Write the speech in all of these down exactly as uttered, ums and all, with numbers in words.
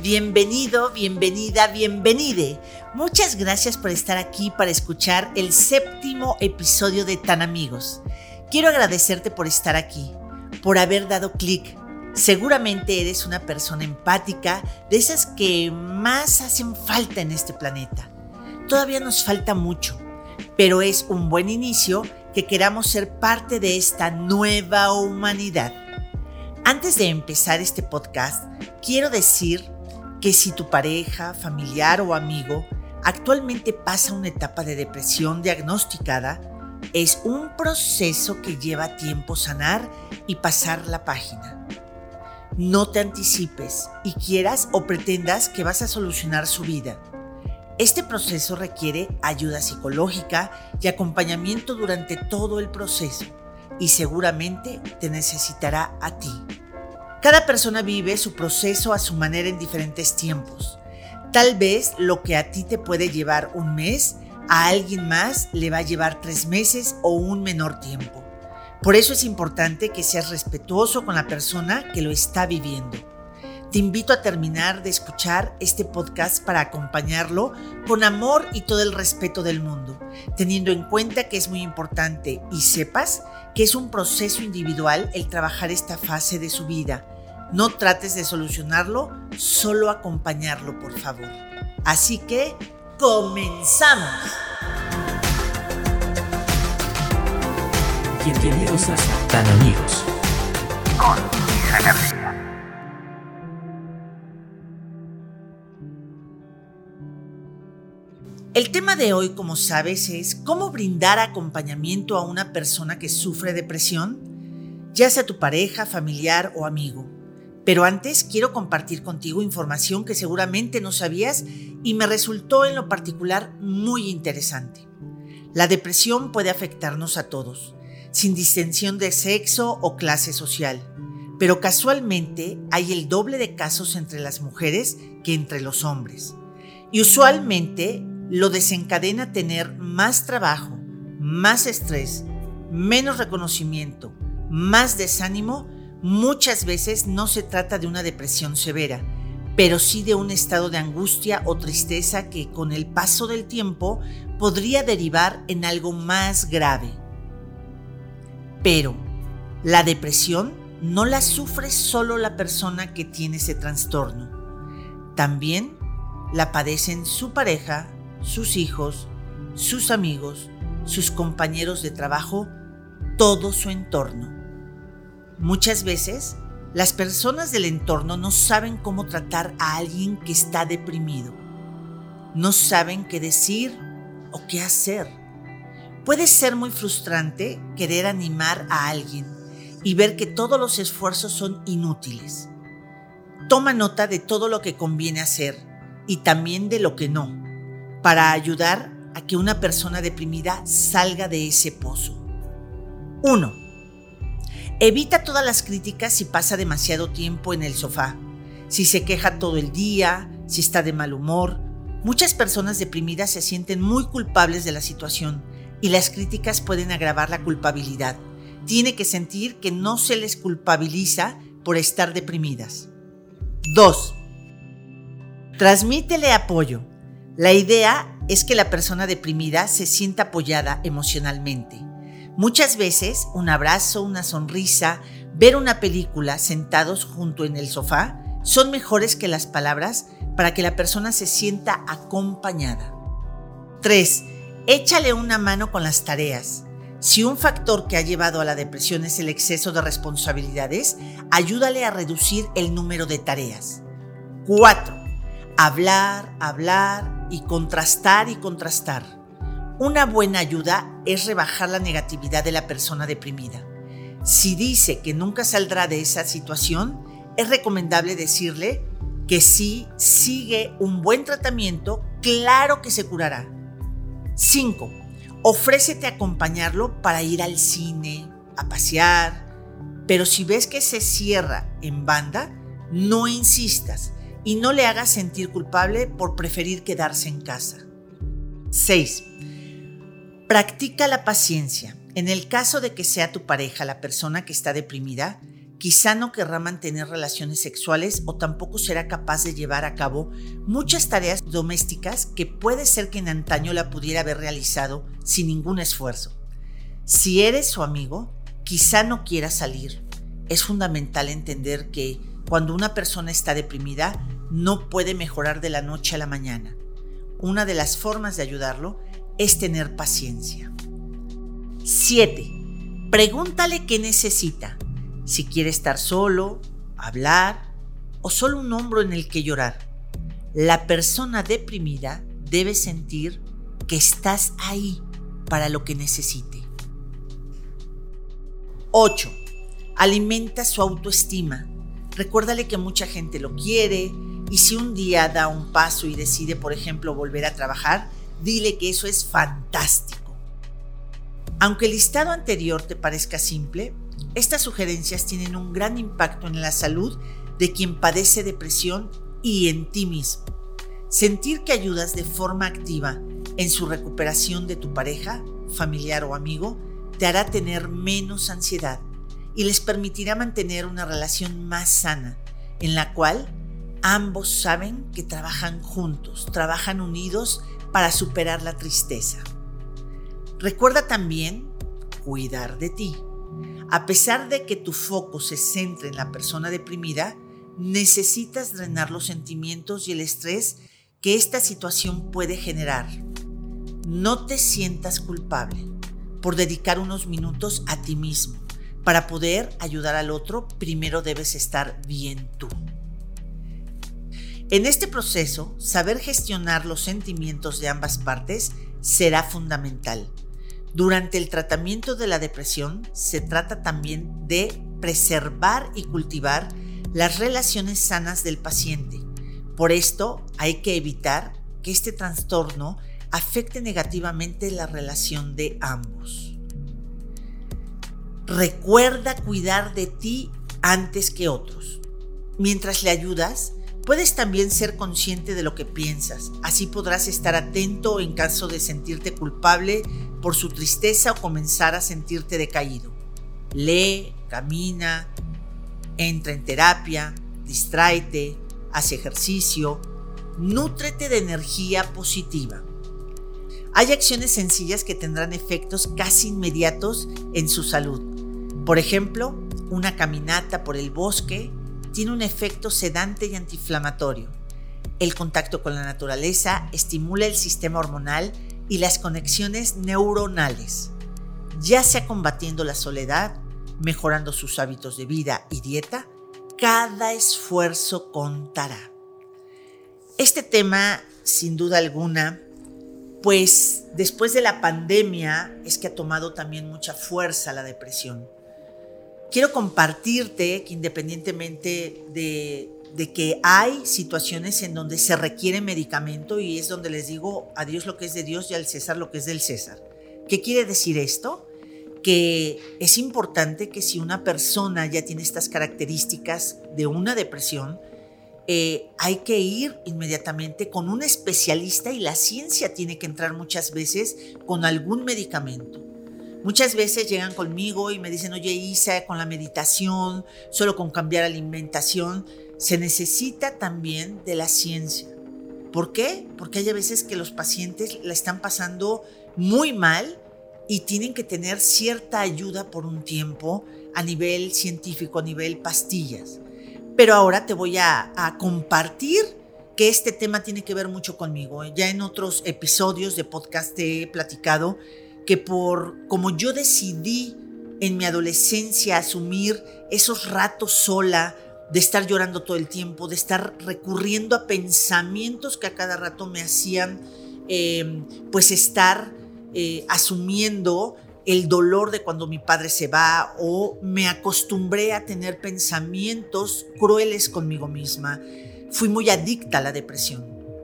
Bienvenido, bienvenida, bienvenide. Muchas gracias por estar aquí para escuchar el séptimo episodio de Tan Amigos. Quiero agradecerte por estar aquí, por haber dado clic. Seguramente eres una persona empática, de esas que más hacen falta en este planeta. Todavía nos falta mucho, pero es un buen inicio que queramos ser parte de esta nueva humanidad. Antes de empezar este podcast, quiero decir que si tu pareja, familiar o amigo actualmente pasa una etapa de depresión diagnosticada, es un proceso que lleva tiempo sanar y pasar la página. No te anticipes y quieras o pretendas que vas a solucionar su vida. Este proceso requiere ayuda psicológica y acompañamiento durante todo el proceso y seguramente te necesitará a ti. Cada persona vive su proceso a su manera en diferentes tiempos. Tal vez lo que a ti te puede llevar un mes, a alguien más le va a llevar tres meses o un menor tiempo. Por eso es importante que seas respetuoso con la persona que lo está viviendo. Te invito a terminar de escuchar este podcast para acompañarlo con amor y todo el respeto del mundo, teniendo en cuenta que es muy importante y sepas que es un proceso individual el trabajar esta fase de su vida. No trates de solucionarlo, solo acompañarlo, por favor. Así que, ¡comenzamos! Bienvenidos a Tan Amigos con Isa García. El tema de hoy, como sabes, es cómo brindar acompañamiento a una persona que sufre depresión, ya sea tu pareja, familiar o amigo. Pero antes quiero compartir contigo información que seguramente no sabías y me resultó en lo particular muy interesante. La depresión puede afectarnos a todos, sin distinción de sexo o clase social, pero casualmente hay el doble de casos entre las mujeres que entre los hombres. Y usualmente lo desencadena tener más trabajo, más estrés, menos reconocimiento, más desánimo. Muchas veces no se trata de una depresión severa, pero sí de un estado de angustia o tristeza que con el paso del tiempo podría derivar en algo más grave. Pero la depresión no la sufre solo la persona que tiene ese trastorno. También la padecen su pareja, sus hijos, sus amigos, sus compañeros de trabajo, todo su entorno. Muchas veces, las personas del entorno no saben cómo tratar a alguien que está deprimido. No saben qué decir o qué hacer. Puede ser muy frustrante querer animar a alguien y ver que todos los esfuerzos son inútiles. Toma nota de todo lo que conviene hacer y también de lo que no, para ayudar a que una persona deprimida salga de ese pozo. uno. Evita todas las críticas si pasa demasiado tiempo en el sofá, si se queja todo el día, si está de mal humor. Muchas personas deprimidas se sienten muy culpables de la situación y las críticas pueden agravar la culpabilidad. Tiene que sentir que no se les culpabiliza por estar deprimidas. dos. Transmítele apoyo. La idea es que la persona deprimida se sienta apoyada emocionalmente. Muchas veces un abrazo, una sonrisa, ver una película sentados junto en el sofá son mejores que las palabras para que la persona se sienta acompañada. tres. Échale una mano con las tareas. Si un factor que ha llevado a la depresión es el exceso de responsabilidades, ayúdale a reducir el número de tareas. cuatro. Hablar, hablar y contrastar y contrastar. Una buena ayuda es rebajar la negatividad de la persona deprimida. Si dice que nunca saldrá de esa situación, es recomendable decirle que si sigue un buen tratamiento, claro que se curará. cinco. Ofrécete a acompañarlo para ir al cine, a pasear, pero si ves que se cierra en banda, no insistas y no le hagas sentir culpable por preferir quedarse en casa. seis. Practica la paciencia. En el caso de que sea tu pareja la persona que está deprimida, quizá no querrá mantener relaciones sexuales o tampoco será capaz de llevar a cabo muchas tareas domésticas que puede ser que en antaño la pudiera haber realizado sin ningún esfuerzo. Si eres su amigo, quizá no quiera salir. Es fundamental entender que cuando una persona está deprimida, no puede mejorar de la noche a la mañana. Una de las formas de ayudarlo es tener paciencia. siete. Pregúntale qué necesita. Si quiere estar solo, hablar o solo un hombro en el que llorar. La persona deprimida debe sentir que estás ahí para lo que necesite. ocho. Alimenta su autoestima. Recuérdale que mucha gente lo quiere y si un día da un paso y decide, por ejemplo, volver a trabajar, dile que eso es fantástico. Aunque el listado anterior te parezca simple, estas sugerencias tienen un gran impacto en la salud de quien padece depresión y en ti mismo. Sentir que ayudas de forma activa en su recuperación de tu pareja, familiar o amigo te hará tener menos ansiedad y les permitirá mantener una relación más sana, en la cual ambos saben que trabajan juntos, trabajan unidos para superar la tristeza. Recuerda también cuidar de ti. A pesar de que tu foco se centre en la persona deprimida, necesitas drenar los sentimientos y el estrés que esta situación puede generar. No te sientas culpable por dedicar unos minutos a ti mismo. Para poder ayudar al otro, primero debes estar bien tú. En este proceso, saber gestionar los sentimientos de ambas partes será fundamental. Durante el tratamiento de la depresión, se trata también de preservar y cultivar las relaciones sanas del paciente. Por esto, hay que evitar que este trastorno afecte negativamente la relación de ambos. Recuerda cuidar de ti antes que otros. Mientras le ayudas, puedes también ser consciente de lo que piensas. Así podrás estar atento en caso de sentirte culpable por su tristeza o comenzar a sentirte decaído. Lee, camina, entra en terapia, distráete, haz ejercicio, nútrete de energía positiva. Hay acciones sencillas que tendrán efectos casi inmediatos en su salud. Por ejemplo, una caminata por el bosque tiene un efecto sedante y antiinflamatorio. El contacto con la naturaleza estimula el sistema hormonal y las conexiones neuronales, ya sea combatiendo la soledad, mejorando sus hábitos de vida y dieta. Cada esfuerzo contará. Este tema, sin duda alguna, pues después de la pandemia es que ha tomado también mucha fuerza la depresión. Quiero compartirte que independientemente de, de que hay situaciones en donde se requiere medicamento y es donde les digo a Dios lo que es de Dios y al César lo que es del César. ¿Qué quiere decir esto? Que es importante que si una persona ya tiene estas características de una depresión, eh, hay que ir inmediatamente con un especialista y la ciencia tiene que entrar muchas veces con algún medicamento. Muchas veces llegan conmigo y me dicen, oye Isa, con la meditación, solo con cambiar alimentación, se necesita también de la ciencia. ¿Por qué? Porque hay a veces que los pacientes la están pasando muy mal y tienen que tener cierta ayuda por un tiempo a nivel científico, a nivel pastillas. Pero ahora te voy a, a compartir que este tema tiene que ver mucho conmigo. Ya en otros episodios de podcast te he platicado que por como yo decidí en mi adolescencia asumir esos ratos sola, de estar llorando todo el tiempo, de estar recurriendo a pensamientos que a cada rato me hacían eh, pues estar eh, asumiendo el dolor de cuando mi padre se va, o me acostumbré a tener pensamientos crueles conmigo misma. Fui muy adicta a la depresión.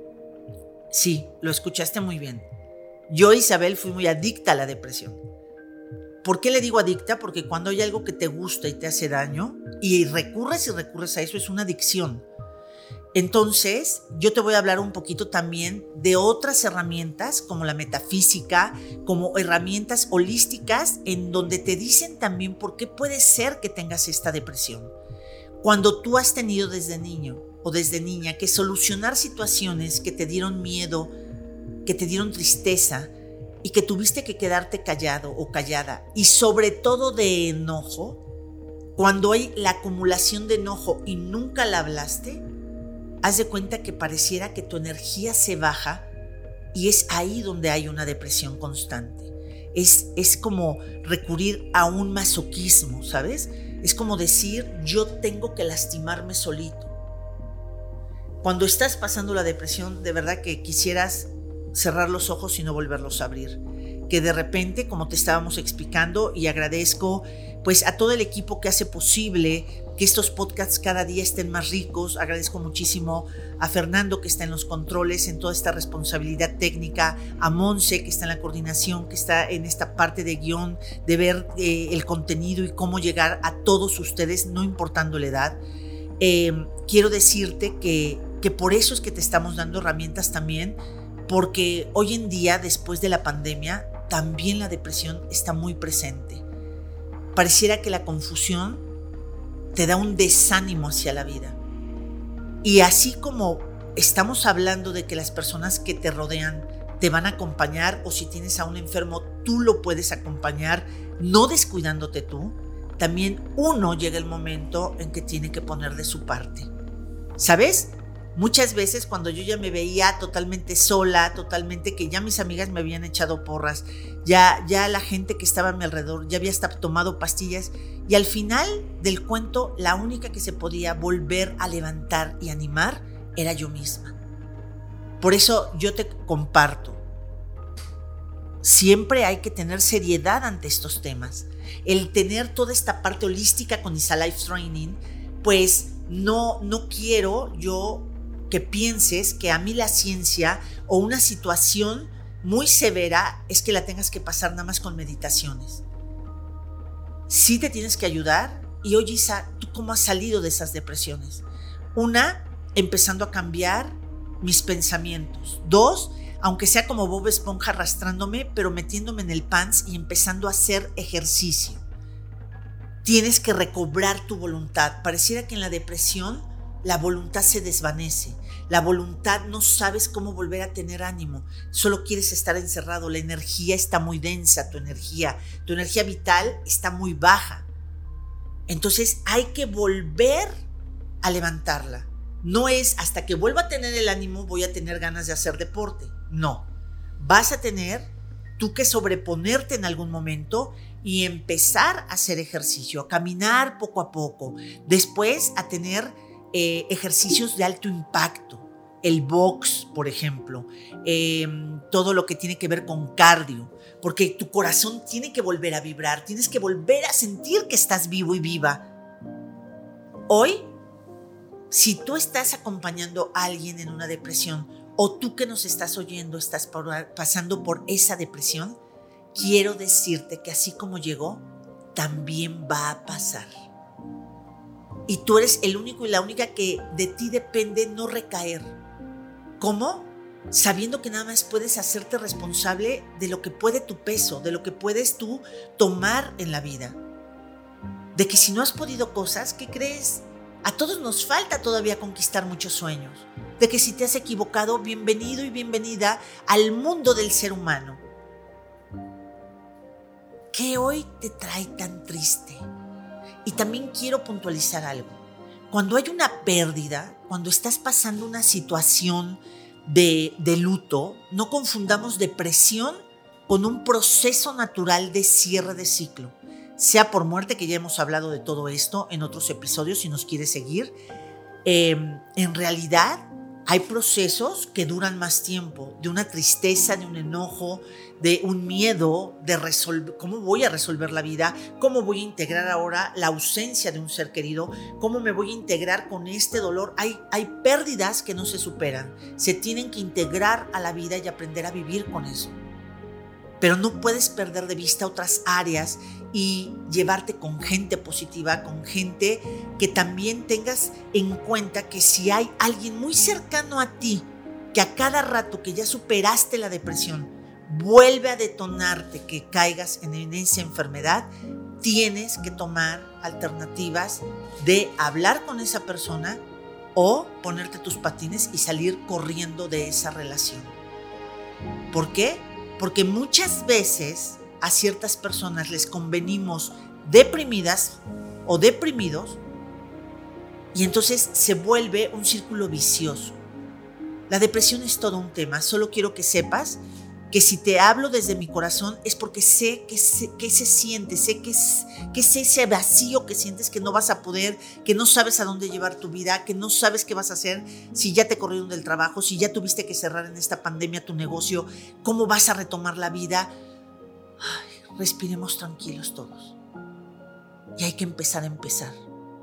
Sí, lo escuchaste muy bien. Yo, Isabel, fui muy adicta a la depresión. ¿Por qué le digo adicta? Porque cuando hay algo que te gusta y te hace daño y recurres y recurres a eso, es una adicción. Entonces, yo te voy a hablar un poquito también de otras herramientas como la metafísica, como herramientas holísticas en donde te dicen también por qué puede ser que tengas esta depresión. Cuando tú has tenido desde niño o desde niña que solucionar situaciones que te dieron miedo, que te dieron tristeza y que tuviste que quedarte callado o callada, y sobre todo de enojo, cuando hay la acumulación de enojo y nunca la hablaste, haz de cuenta que pareciera que tu energía se baja y es ahí donde hay una depresión constante. Es, es como recurrir a un masoquismo, ¿sabes? Es como decir, yo tengo que lastimarme solito. Cuando estás pasando la depresión, de verdad que quisieras cerrar los ojos y no volverlos a abrir. Que de repente, como te estábamos explicando, y agradezco pues a todo el equipo que hace posible que estos podcasts cada día estén más ricos. Agradezco muchísimo a Fernando, que está en los controles, en toda esta responsabilidad técnica, a Monse, que está en la coordinación, que está en esta parte de guión, de ver eh, el contenido y cómo llegar a todos ustedes, no importando la edad. Eh, quiero decirte que, que por eso es que te estamos dando herramientas también, porque hoy en día, después de la pandemia, también la depresión está muy presente. Pareciera que la confusión te da un desánimo hacia la vida. Y así como estamos hablando de que las personas que te rodean te van a acompañar, o si tienes a un enfermo, tú lo puedes acompañar, no descuidándote tú, también uno llega el momento en que tiene que poner de su parte. ¿Sabes? Muchas veces cuando yo ya me veía totalmente sola, totalmente que ya mis amigas me habían echado porras, ya, ya la gente que estaba a mi alrededor ya había hasta tomado pastillas, y al final del cuento la única que se podía volver a levantar y animar era yo misma. Por eso yo te comparto, siempre hay que tener seriedad ante estos temas. El tener toda esta parte holística con Isa Life Training, pues no, no quiero yo que pienses que a mí la ciencia o una situación muy severa es que la tengas que pasar nada más con meditaciones. Sí te tienes que ayudar. Y oye, Isa, ¿tú cómo has salido de esas depresiones? Una, empezando a cambiar mis pensamientos. Dos, aunque sea como Bob Esponja arrastrándome, pero metiéndome en el pants y empezando a hacer ejercicio. Tienes que recobrar tu voluntad. Pareciera que en la depresión la voluntad se desvanece. La voluntad no sabes cómo volver a tener ánimo. Solo quieres estar encerrado. La energía está muy densa, tu energía. Tu energía vital está muy baja. Entonces hay que volver a levantarla. No es hasta que vuelva a tener el ánimo voy a tener ganas de hacer deporte. No. Vas a tener tú que sobreponerte en algún momento y empezar a hacer ejercicio, a caminar poco a poco. Después a tener Eh, ejercicios de alto impacto, el box, por ejemplo, eh, todo lo que tiene que ver con cardio, porque tu corazón tiene que volver a vibrar, tienes que volver a sentir que estás vivo y viva. Hoy, si tú estás acompañando a alguien en una depresión, o tú que nos estás oyendo estás pasando por esa depresión, quiero decirte que así como llegó, también va a pasar. Y tú eres el único y la única que de ti depende no recaer. ¿Cómo? Sabiendo que nada más puedes hacerte responsable de lo que puede tu peso, de lo que puedes tú tomar en la vida. De que si no has podido cosas, ¿qué crees? A todos nos falta todavía conquistar muchos sueños. De que si te has equivocado, bienvenido y bienvenida al mundo del ser humano. ¿Qué hoy te trae tan triste? Y también quiero puntualizar algo. Cuando hay una pérdida, cuando estás pasando una situación de, de luto, no confundamos depresión con un proceso natural de cierre de ciclo. Sea por muerte, que ya hemos hablado de todo esto en otros episodios si nos quieres seguir. Eh, en realidad hay procesos que duran más tiempo, de una tristeza, de un enojo, de un miedo de resolver, ¿cómo voy a resolver la vida? ¿Cómo voy a integrar ahora la ausencia de un ser querido? ¿Cómo me voy a integrar con este dolor? Hay, hay pérdidas que no se superan, se tienen que integrar a la vida y aprender a vivir con eso. Pero no puedes perder de vista otras áreas y llevarte con gente positiva, con gente que también tengas en cuenta que si hay alguien muy cercano a ti, que a cada rato que ya superaste la depresión, vuelve a detonarte que caigas en esa enfermedad, tienes que tomar alternativas de hablar con esa persona o ponerte tus patines y salir corriendo de esa relación. ¿Por qué? Porque muchas veces a ciertas personas les convenimos deprimidas o deprimidos y entonces se vuelve un círculo vicioso. La depresión es todo un tema. Solo quiero que sepas que si te hablo desde mi corazón es porque sé que se, que se siente, sé que es, que es ese vacío que sientes que no vas a poder, que no sabes a dónde llevar tu vida, que no sabes qué vas a hacer si ya te corrieron del trabajo, si ya tuviste que cerrar en esta pandemia tu negocio, cómo vas a retomar la vida. Ay, respiremos tranquilos todos. Y hay que empezar a empezar.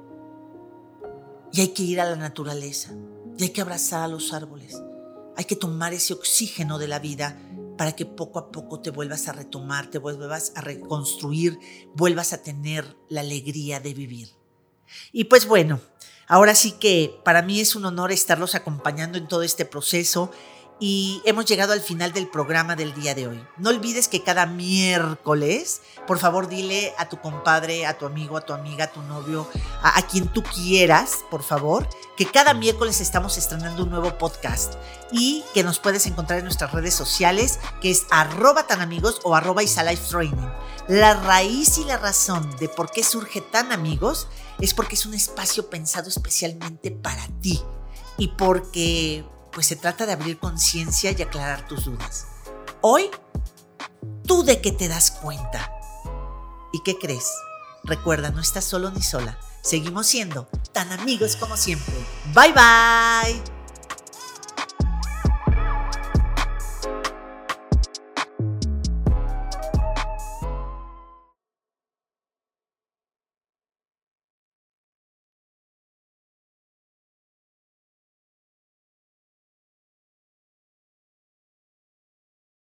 Y hay que ir a la naturaleza. Y hay que abrazar a los árboles. Hay que tomar ese oxígeno de la vida para que poco a poco te vuelvas a retomar, te vuelvas a reconstruir, vuelvas a tener la alegría de vivir. Y pues bueno, ahora sí que para mí es un honor estarlos acompañando en todo este proceso y hemos llegado al final del programa del día de hoy. No olvides que cada miércoles, por favor, dile a tu compadre, a tu amigo, a tu amiga, a tu novio, a, a quien tú quieras, por favor, que cada miércoles estamos estrenando un nuevo podcast y que nos puedes encontrar en nuestras redes sociales, que es arroba tan amigos o arroba Isalife Training. La raíz y la razón de por qué surge Tan Amigos es porque es un espacio pensado especialmente para ti y porque pues se trata de abrir conciencia y aclarar tus dudas. Hoy, ¿tú de qué te das cuenta? ¿Y qué crees? Recuerda, no estás solo ni sola. Seguimos siendo tan amigos como siempre. Bye, bye.